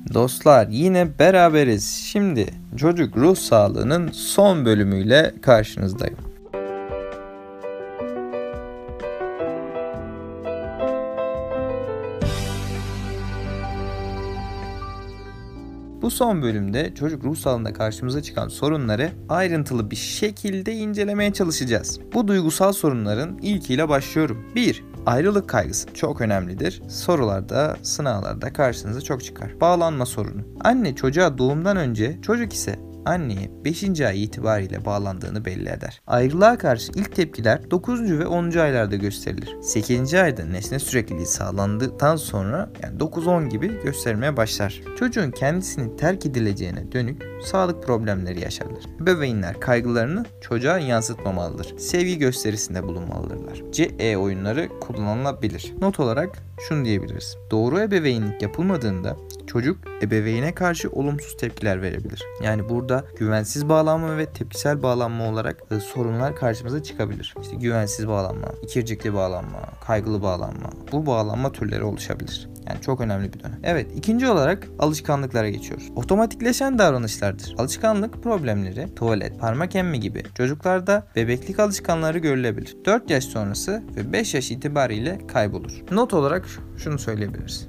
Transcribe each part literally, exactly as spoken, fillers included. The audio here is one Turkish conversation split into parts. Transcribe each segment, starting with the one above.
Dostlar, yine beraberiz. Şimdi çocuk ruh sağlığının son bölümüyle karşınızdayım. Bu son bölümde çocuk ruh sağlığında karşımıza çıkan sorunları ayrıntılı bir şekilde incelemeye çalışacağız. Bu duygusal sorunların ilkiyle başlıyorum. bir. Ayrılık kaygısı çok önemlidir. Sorularda, sınavlarda karşınıza çok çıkar. Bağlanma sorunu. Anne çocuğa doğumdan önce, çocuk ise anneye beşinci ay itibariyle bağlandığını belli eder. Ayrılığa karşı ilk tepkiler dokuzuncu ve onuncu aylarda gösterilir. sekizinci ayda nesne sürekliliği sağlandıktan sonra yani dokuz on gibi göstermeye başlar. Çocuğun kendisini terk edileceğine dönük sağlık problemleri yaşarlar. Ebeveynler kaygılarını çocuğa yansıtmamalıdır. Sevgi gösterisinde bulunmalıdırlar. C E oyunları kullanılabilir. Not olarak şunu diyebiliriz. Doğru ebeveynlik yapılmadığında çocuk ebeveyne karşı olumsuz tepkiler verebilir. Yani burada güvensiz bağlanma ve tepkisel bağlanma olarak e, sorunlar karşımıza çıkabilir. İşte güvensiz bağlanma, ikircikli bağlanma, kaygılı bağlanma. Bu bağlanma türleri oluşabilir. Yani çok önemli bir dönem. Evet, ikinci olarak alışkanlıklara geçiyoruz. Otomatikleşen davranışlardır. Alışkanlık problemleri, tuvalet, parmak emme gibi çocuklarda bebeklik alışkanlıkları görülebilir. dört yaş sonrası ve beş yaş itibariyle kaybolur. Not olarak şunu söyleyebiliriz.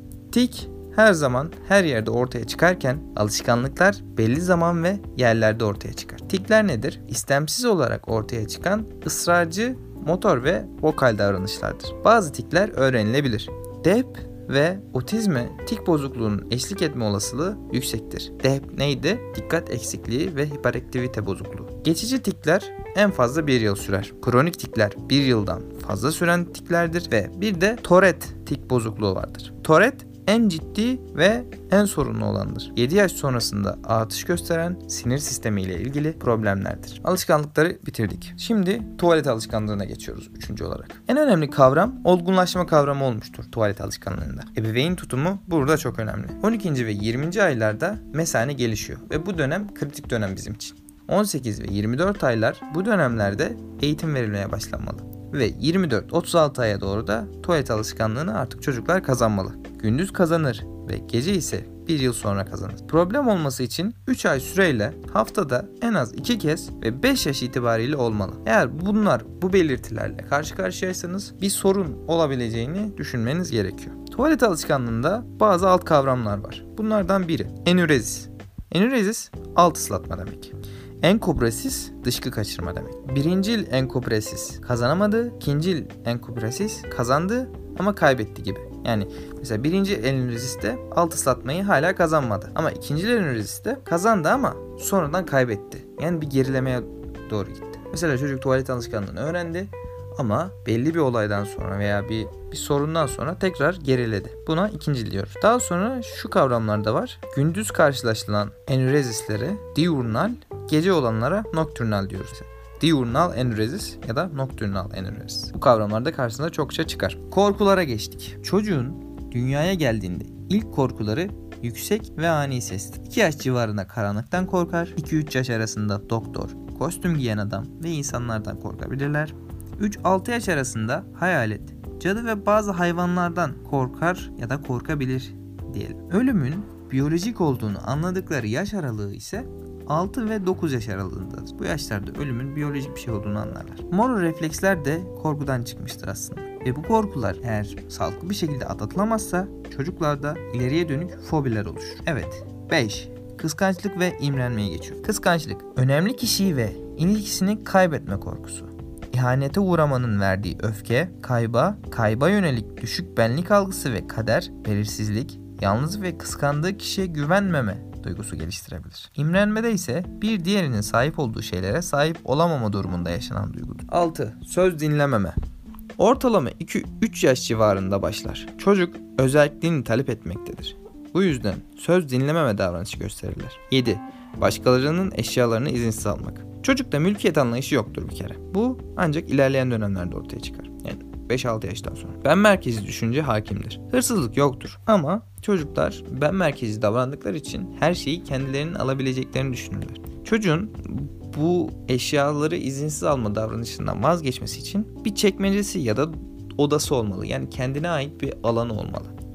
Tik her zaman her yerde ortaya çıkarken alışkanlıklar belli zaman ve yerlerde ortaya çıkar. Tikler nedir? İstemsiz olarak ortaya çıkan ısrarcı, motor ve vokal davranışlardır. Bazı tikler öğrenilebilir. D E P ve otizme tik bozukluğunun eşlik etme olasılığı yüksektir. D E P neydi? Dikkat eksikliği ve hiperaktivite bozukluğu. Geçici tikler en fazla bir yıl sürer. Kronik tikler bir yıldan fazla süren tiklerdir ve bir de Tourette tik bozukluğu vardır. Tourette en ciddi ve en sorunlu olandır. yedi yaş sonrasında artış gösteren sinir sistemi ile ilgili problemlerdir. Alışkanlıkları bitirdik. Şimdi tuvalet alışkanlığına geçiyoruz üçüncü olarak. En önemli kavram olgunlaşma kavramı olmuştur tuvalet alışkanlığında. Ebeveyn tutumu burada çok önemli. on ikinci ve yirminci aylarda mesane gelişiyor ve bu dönem kritik dönem bizim için. on sekiz ve yirmi dört aylar bu dönemlerde eğitim verilmeye başlanmalı. Ve yirmi dört otuz altı aya doğru da tuvalet alışkanlığını artık çocuklar kazanmalı. Gündüz kazanır ve gece ise bir yıl sonra kazanır. Problem olması için üç ay süreyle haftada en az iki kez ve beş yaş itibariyle olmalı. Eğer bunlar bu belirtilerle karşı karşıyaysanız bir sorun olabileceğini düşünmeniz gerekiyor. Tuvalet alışkanlığında bazı alt kavramlar var. Bunlardan biri enürezis. Enürezis alt ıslatma demek. Enkopresis dışkı kaçırma demek. Birincil enkopresis kazanamadı, ikincil enkopresis kazandı ama kaybetti gibi. Yani mesela birinci enüreziste alt ıslatmayı hala kazanmadı. Ama ikinci enüreziste kazandı ama sonradan kaybetti. Yani bir gerilemeye doğru gitti. Mesela çocuk tuvalet alışkanlığını öğrendi ama belli bir olaydan sonra veya bir, bir sorundan sonra tekrar geriledi. Buna ikincil diyoruz. Daha sonra şu kavramlar da var. Gündüz karşılaşılan enürezislere diurnal, gece olanlara nokturnal diyoruz. Diurnal enürezis ya da nokturnal enürezis. Bu kavramlar da karşısında çokça çıkar. Korkulara geçtik. Çocuğun dünyaya geldiğinde ilk korkuları yüksek ve ani sestir. iki yaş civarında karanlıktan korkar. iki üç yaş arasında doktor, kostüm giyen adam ve insanlardan korkabilirler. üç altı yaş arasında hayalet, cadı ve bazı hayvanlardan korkar ya da korkabilir diyelim. Ölümün biyolojik olduğunu anladıkları yaş aralığı ise altı ve dokuz yaş aralığındadır. Bu yaşlarda ölümün biyolojik bir şey olduğunu anlarlar. Motor refleksler de korkudan çıkmıştır aslında. Ve bu korkular eğer sağlıklı bir şekilde atlatılamazsa çocuklarda ileriye dönük fobiler oluşur. Evet. beş. Kıskançlık ve imrenmeye geçiyor. Kıskançlık, önemli kişiyi ve ilgisini kaybetme korkusu. İhanete uğramanın verdiği öfke, kayba, kayba yönelik düşük benlik algısı ve kader, belirsizlik, yalnız ve kıskandığı kişiye güvenmeme duygusu geliştirebilir. İmrenmede ise bir diğerinin sahip olduğu şeylere sahip olamama durumunda yaşanan duygudur. altı. Söz dinlememe. Ortalama iki üç yaş civarında başlar. Çocuk özelliğini talep etmektedir. Bu yüzden söz dinlememe davranışı gösterirler. yedi. Başkalarının eşyalarını izinsiz almak. Çocukta mülkiyet anlayışı yoktur bir kere. Bu ancak ilerleyen dönemlerde ortaya çıkar. Yani beş altı yaştan sonra. Ben merkezi düşünce hakimdir. Hırsızlık yoktur ama çocuklar ben merkezi davrandıkları için her şeyi kendilerinin alabileceklerini düşünürler. Çocuğun bu eşyaları izinsiz alma davranışından vazgeçmesi için bir çekmecesi ya da odası olmalı. Yani kendine ait bir alanı olmalı.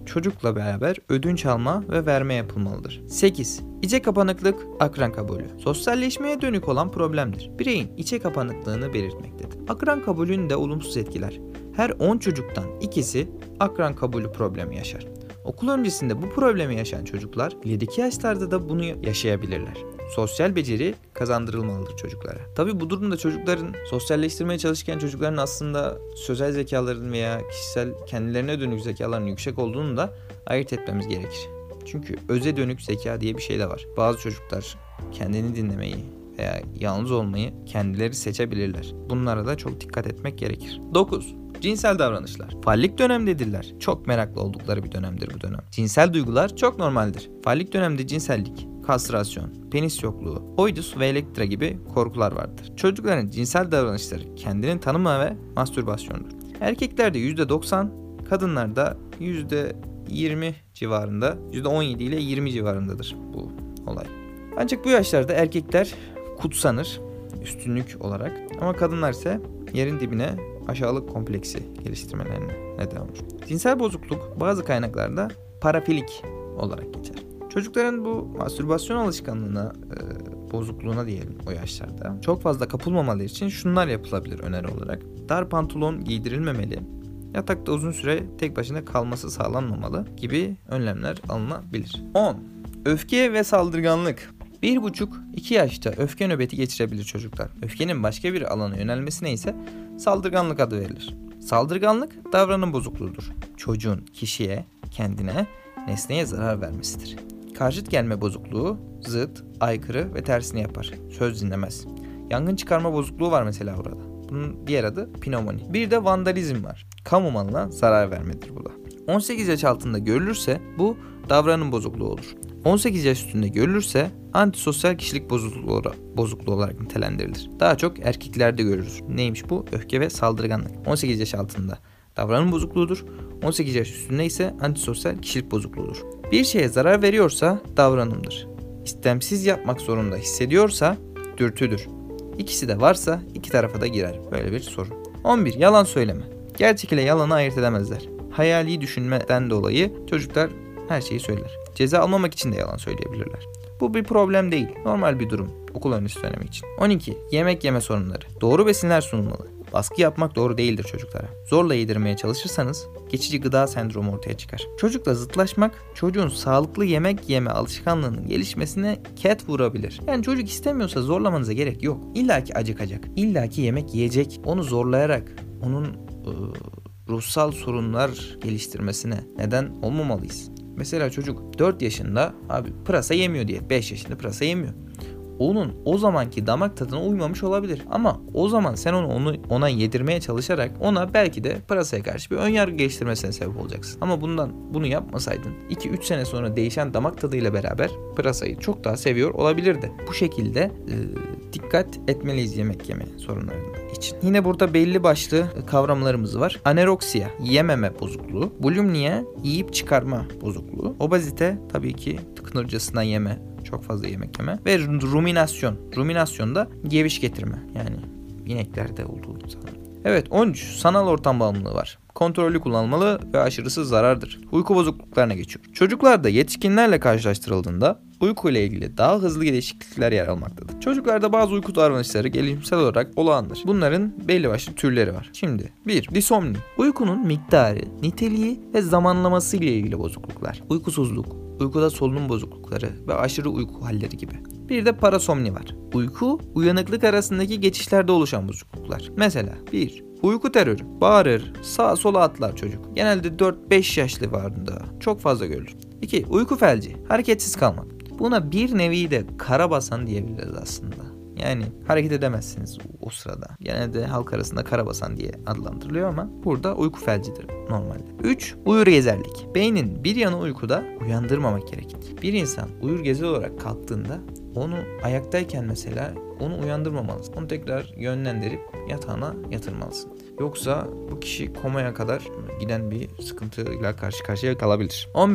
çocukla beraber ödünç alma ve verme yapılmalıdır. sekiz. İçe kapanıklık, akran kabulü. Sosyalleşmeye dönük olan problemdir. Bireyin içe kapanıklığını belirtmektedir. Akran kabulünü de olumsuz etkiler. Her on çocuktan ikisi akran kabulü problemi yaşar. Okul öncesinde bu problemi yaşayan çocuklar ilerideki yaşlarda da bunu yaşayabilirler. Sosyal beceri kazandırılmalıdır çocuklara. Tabii bu durumda çocukların sosyalleştirmeye çalışırken çocukların aslında sözel zekalarının veya kişisel kendilerine dönük zekaların yüksek olduğunu da ayırt etmemiz gerekir. Çünkü öze dönük zeka diye bir şey de var. Bazı çocuklar kendini dinlemeyi veya yalnız olmayı kendileri seçebilirler. Bunlara da çok dikkat etmek gerekir. dokuz. Cinsel davranışlar. Fallik dönemdedirler. Çok meraklı oldukları bir dönemdir bu dönem. Cinsel duygular çok normaldir. Fallik dönemde cinsellik, kastrasyon, penis yokluğu, oidus ve elektra gibi korkular vardır. Çocukların cinsel davranışları kendini tanıma ve mastürbasyondur. Erkeklerde yüzde doksan, kadınlarda yüzde yirmi civarında, yüzde on yedi ile yirmi civarındadır bu olay. Ancak bu yaşlarda erkekler kutsanır üstünlük olarak ama kadınlar ise yerin dibine aşağılık kompleksi geliştirmelerine neden olur. Cinsel bozukluk bazı kaynaklarda parafilik olarak geçer. Çocukların bu mastürbasyon alışkanlığına, e, bozukluğuna diyelim o yaşlarda çok fazla kapılmamaları için şunlar yapılabilir öneri olarak. Dar pantolon giydirilmemeli, yatakta uzun süre tek başına kalması sağlanmamalı gibi önlemler alınabilir. on. Öfke ve saldırganlık. bir buçuk iki yaşta öfke nöbeti geçirebilir çocuklar. Öfkenin başka bir alana yönelmesine ise saldırganlık adı verilir. Saldırganlık davranım bozukluğudur. Çocuğun kişiye, kendine, nesneye zarar vermesidir. Karşıt gelme bozukluğu zıt, aykırı ve tersini yapar. Söz dinlemez. Yangın çıkarma bozukluğu var mesela burada. Bunun diğer adı pnömoni. Bir de vandalizm var. Kamu malına zarar vermedir bu da. on sekiz yaş altında görülürse bu davranım bozukluğu olur. on sekiz yaş üstünde görülürse antisosyal kişilik bozukluğu, bozukluğu olarak nitelendirilir. Daha çok erkeklerde görülür. Neymiş bu? Öfke ve saldırganlık. on sekiz yaş altında davranım bozukluğudur. on sekiz yaş üstünde ise antisosyal kişilik bozukluğudur. Bir şeye zarar veriyorsa davranımdır. İstemsiz yapmak zorunda hissediyorsa dürtüdür. İkisi de varsa iki tarafa da girer. Böyle bir sorun. on bir. Yalan söyleme. Gerçek ile yalanı ayırt edemezler. Hayali düşünmeden dolayı çocuklar her şeyi söyler. Ceza almamak için de yalan söyleyebilirler. Bu bir problem değil. Normal bir durum. Okul öncesi dönemi için. on iki. Yemek yeme sorunları. Doğru besinler sunulmalı. Baskı yapmak doğru değildir çocuklara. Zorla yedirmeye çalışırsanız geçici gıda sendromu ortaya çıkar. Çocukla zıtlaşmak çocuğun sağlıklı yemek yeme alışkanlığının gelişmesine ket vurabilir. Yani çocuk istemiyorsa zorlamanıza gerek yok. İlla ki acıkacak. İlla ki yemek yiyecek. Onu zorlayarak onun ıı, ruhsal sorunlar geliştirmesine neden olmamalıyız. Mesela çocuk dört yaşında abi pırasa yemiyor diye. beş yaşında pırasa yemiyor. Onun o zamanki damak tadına uymamış olabilir. Ama o zaman sen onu, onu ona yedirmeye çalışarak ona belki de pırasaya karşı bir önyargı geliştirmesine sebep olacaksın. Ama bundan bunu yapmasaydın iki üç sene sonra değişen damak tadıyla beraber pırasayı çok daha seviyor olabilirdi. Bu şekilde e, dikkat etmeliyiz yemek yeme sorunlarında için. Yine burada belli başlı kavramlarımız var. Anoreksiya, yememe bozukluğu. Bulimia, yiyip çıkarma bozukluğu. Obezite, tabii ki tıkınırcasına yeme, çok fazla yemek yeme. Ve ruminasyon. Ruminasyon da geviş getirme. Yani ineklerde olduğu sanırım. Evet, on üç. Sanal ortam bağımlılığı var. Kontrollü kullanılmalı ve aşırısı zarardır. Uyku bozukluklarına geçiyor. Çocuklarda yetişkinlerle karşılaştırıldığında uyku ile ilgili daha hızlı değişiklikler yer almaktadır. Çocuklarda bazı uyku davranışları gelişimsel olarak olağandır. Bunların belli başlı türleri var. Şimdi bir. Disomni. Uykunun miktarı, niteliği ve zamanlaması ile ilgili bozukluklar. Uykusuzluk, uykuda solunum bozuklukları ve aşırı uyku halleri gibi. Bir de parasomni var. Uyku, uyanıklık arasındaki geçişlerde oluşan bozukluklar. Mesela bir. Uyku terörü. Bağırır, sağa sola atlar çocuk. Genelde dört beş yaşlı varlığında çok fazla görülür. iki. Uyku felci. Hareketsiz kalmak. Buna bir nevi de karabasan diyebiliriz aslında. Yani hareket edemezsiniz o sırada. Genelde halk arasında karabasan diye adlandırılıyor ama burada uyku felcidir normalde. üç. Uyur gezerlik. Beynin bir yanı uykuda uyandırmamak gerekir. Bir insan uyur gezer olarak kalktığında onu ayaktayken mesela onu uyandırmamalısın. Onu tekrar yönlendirip yatağına yatırmalısın. Yoksa bu kişi komaya kadar giden bir sıkıntıyla karşı karşıya kalabilir. on beş.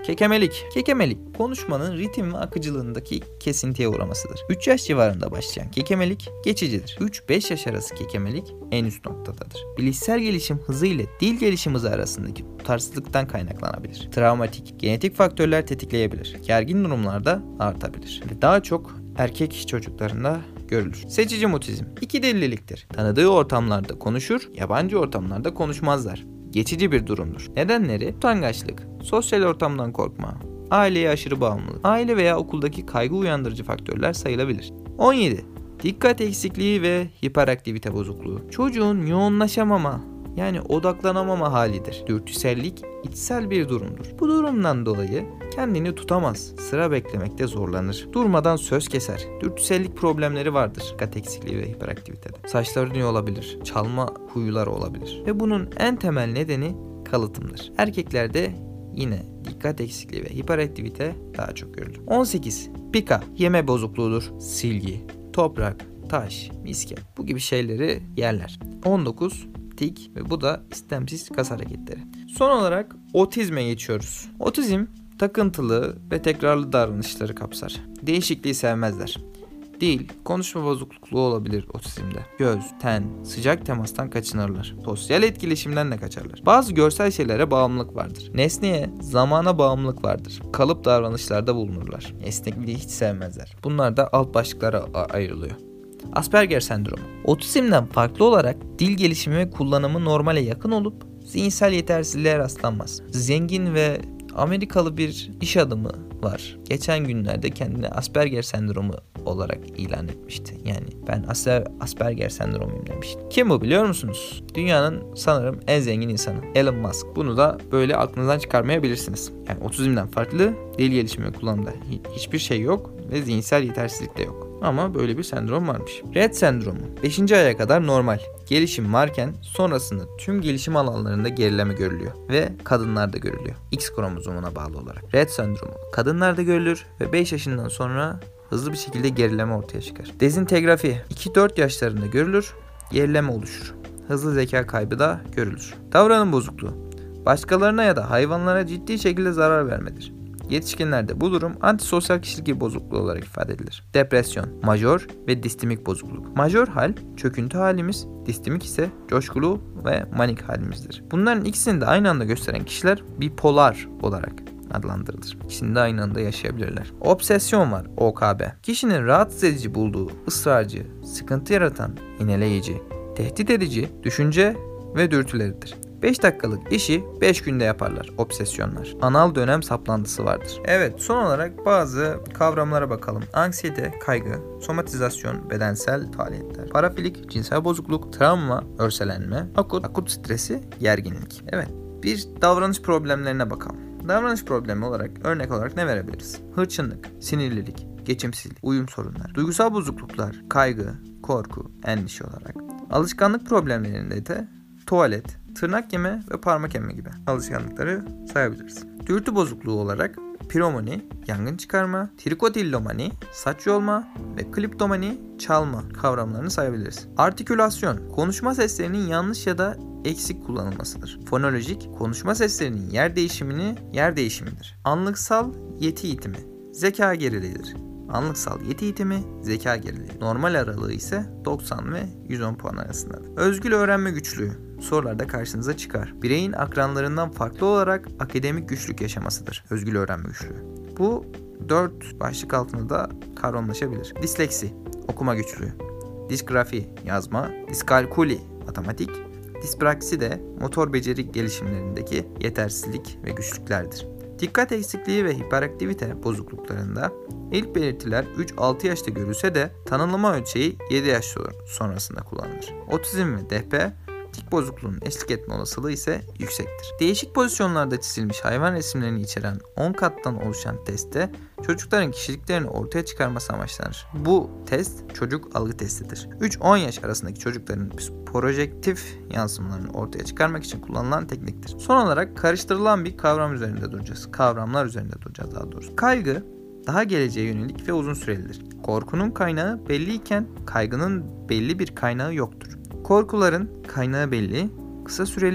Kekemelik. Kekemelik, konuşmanın ritim ve akıcılığındaki kesintiye uğramasıdır. üç yaş civarında başlayan kekemelik geçicidir. üç beş yaş arası kekemelik en üst noktadadır. Bilişsel gelişim hızı ile dil gelişim hızı arasındaki tutarsızlıktan kaynaklanabilir. Travmatik, genetik faktörler tetikleyebilir. Gergin durumlarda artabilir. Ve daha çok erkek çocuklarında görülür. Seçici mutizm iki dilliliktir. Tanıdığı ortamlarda konuşur, yabancı ortamlarda konuşmazlar. Geçici bir durumdur. Nedenleri utangaçlık, sosyal ortamdan korkma, aileye aşırı bağımlılık, aile veya okuldaki kaygı uyandırıcı faktörler sayılabilir. on yedi. Dikkat eksikliği ve hiperaktivite bozukluğu. Çocuğun yoğunlaşamama, yani odaklanamama halidir. Dürtüsellik içsel bir durumdur. Bu durumdan dolayı kendini tutamaz, sıra beklemekte zorlanır, durmadan söz keser. Dürtüsellik problemleri vardır dikkat eksikliği ve hiperaktivitede. Saçları dönüyor olabilir, çalma huyları olabilir ve bunun en temel nedeni kalıtımdır. Erkeklerde yine dikkat eksikliği ve hiperaktivite daha çok görülür. on sekiz. Pika, yeme bozukluğudur. Silgi, toprak, taş, misket bu gibi şeyleri yerler. on dokuz. Tik ve bu da istemsiz kas hareketleri. Son olarak otizme geçiyoruz. Otizm takıntılı ve tekrarlı davranışları kapsar. Değişikliği sevmezler. Dil, konuşma bozukluğu olabilir otizmde. Göz, ten, sıcak temastan kaçınırlar. Sosyal etkileşimden de kaçarlar. Bazı görsel şeylere bağımlılık vardır. Nesneye, zamana bağımlılık vardır. Kalıp davranışlarda bulunurlar. Esnekliği hiç sevmezler. Bunlar da alt başlıklara ayrılıyor. Asperger sendromu. Otizmden farklı olarak dil gelişimi ve kullanımı normale yakın olup zihinsel yetersizliğe rastlanmaz. Zengin ve Amerikalı bir iş adamı var. Geçen günlerde kendini Asperger sendromu olarak ilan etmişti. Yani ben Asperger sendromuyum demişti. Kim bu biliyor musunuz? Dünyanın sanırım en zengin insanı Elon Musk. Bunu da böyle aklınızdan çıkarmayabilirsiniz. Yani otizmden farklı dil gelişimi ve kullanımda hiçbir şey yok ve zihinsel yetersizlik de yok. Ama böyle bir sendrom varmış. Rett sendromu. beşinci aya kadar normal. Gelişim varken sonrasında tüm gelişim alanlarında gerileme görülüyor ve kadınlarda görülüyor. X kromozomuna bağlı olarak. Rett sendromu kadınlarda görülür ve beş yaşından sonra hızlı bir şekilde gerileme ortaya çıkar. Dezintegrafi iki dört yaşlarında görülür, gerileme oluşur. Hızlı zeka kaybı da görülür. Davranım bozukluğu. Başkalarına ya da hayvanlara ciddi şekilde zarar vermedir. Yetişkinlerde bu durum antisosyal kişilik bozukluğu olarak ifade edilir. Depresyon, majör ve distimik bozukluk. Majör hal çöküntü halimiz, distimik ise coşkulu ve manik halimizdir. Bunların ikisini de aynı anda gösteren kişiler bipolar olarak adlandırılır. İkisini de aynı anda yaşayabilirler. Obsesyon var, O K B. Kişinin rahatsız edici bulduğu ısrarcı, sıkıntı yaratan, ineleyici, tehdit edici düşünce ve dürtüleridir. beş dakikalık işi beş günde yaparlar obsesyonlar. Anal dönem saplantısı vardır. Evet, son olarak bazı kavramlara bakalım. Anksiyete, kaygı, somatizasyon, bedensel faaliyetler, parafilik, cinsel bozukluk, travma, örselenme, akut, akut stresi, gerginlik. Evet, bir davranış problemlerine bakalım. Davranış problemi olarak örnek olarak ne verebiliriz? Hırçınlık, sinirlilik, geçimsizlik, uyum sorunları, duygusal bozukluklar, kaygı, korku, endişe olarak. Alışkanlık problemlerinde de tuvalet, tırnak yeme ve parmak emme gibi alışkanlıkları sayabiliriz. Dürtü bozukluğu olarak piromani, yangın çıkarma, trikotillomani, saç yolma ve kliptomani, çalma kavramlarını sayabiliriz. Artikülasyon, konuşma seslerinin yanlış ya da eksik kullanılmasıdır. Fonolojik, konuşma seslerinin yer değişimini yer değişimidir. Anlıksal yeti itimi, zeka geriliğidir. Anlıksal yeti itimi, zeka geriliği. Normal aralığı ise doksan ve yüz on puan arasındadır. Özgül öğrenme güçlüğü sorularda karşınıza çıkar. Bireyin akranlarından farklı olarak akademik güçlük yaşamasıdır. Özgül öğrenme güçlüğü. Bu dört başlık altında da kavramlaşabilir. Disleksi, okuma güçlüğü. Disgrafi, yazma. Diskalkuli, matematik. Dispraksi de motor beceri gelişimlerindeki yetersizlik ve güçlüklerdir. Dikkat eksikliği ve hiperaktivite bozukluklarında ilk belirtiler üç altı yaşta görülse de tanımlama ölçeği yedi yaş sonrasında kullanılır. Otizm ve D P, tik bozukluğunun eşlik etme olasılığı ise yüksektir. Değişik pozisyonlarda çizilmiş hayvan resimlerini içeren on kattan oluşan testte çocukların kişiliklerini ortaya çıkarması amaçlanır. Bu test çocuk algı testidir. üç on yaş arasındaki çocukların projektif yansımalarını ortaya çıkarmak için kullanılan tekniktir. Son olarak karıştırılan bir kavram üzerinde duracağız. Kavramlar üzerinde duracağız daha doğrusu. Kaygı daha geleceğe yönelik ve uzun sürelidir. Korkunun kaynağı belliyken kaygının belli bir kaynağı yoktur. Korkuların kaynağı belli, kısa süreli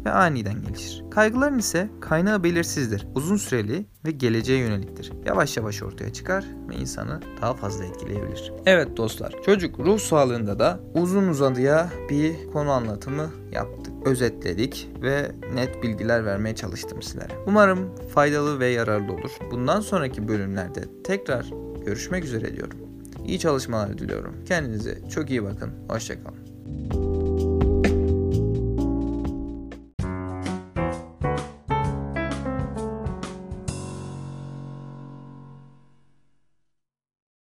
ve aniden gelişir. Kaygıların ise kaynağı belirsizdir, uzun süreli ve geleceğe yöneliktir. Yavaş yavaş ortaya çıkar ve insanı daha fazla etkileyebilir. Evet dostlar, çocuk ruh sağlığında da uzun uzadıya bir konu anlatımı yaptık, özetledik ve net bilgiler vermeye çalıştım sizlere. Umarım faydalı ve yararlı olur. Bundan sonraki bölümlerde tekrar görüşmek üzere diyorum. İyi çalışmalar diliyorum. Kendinize çok iyi bakın. Hoşça kalın.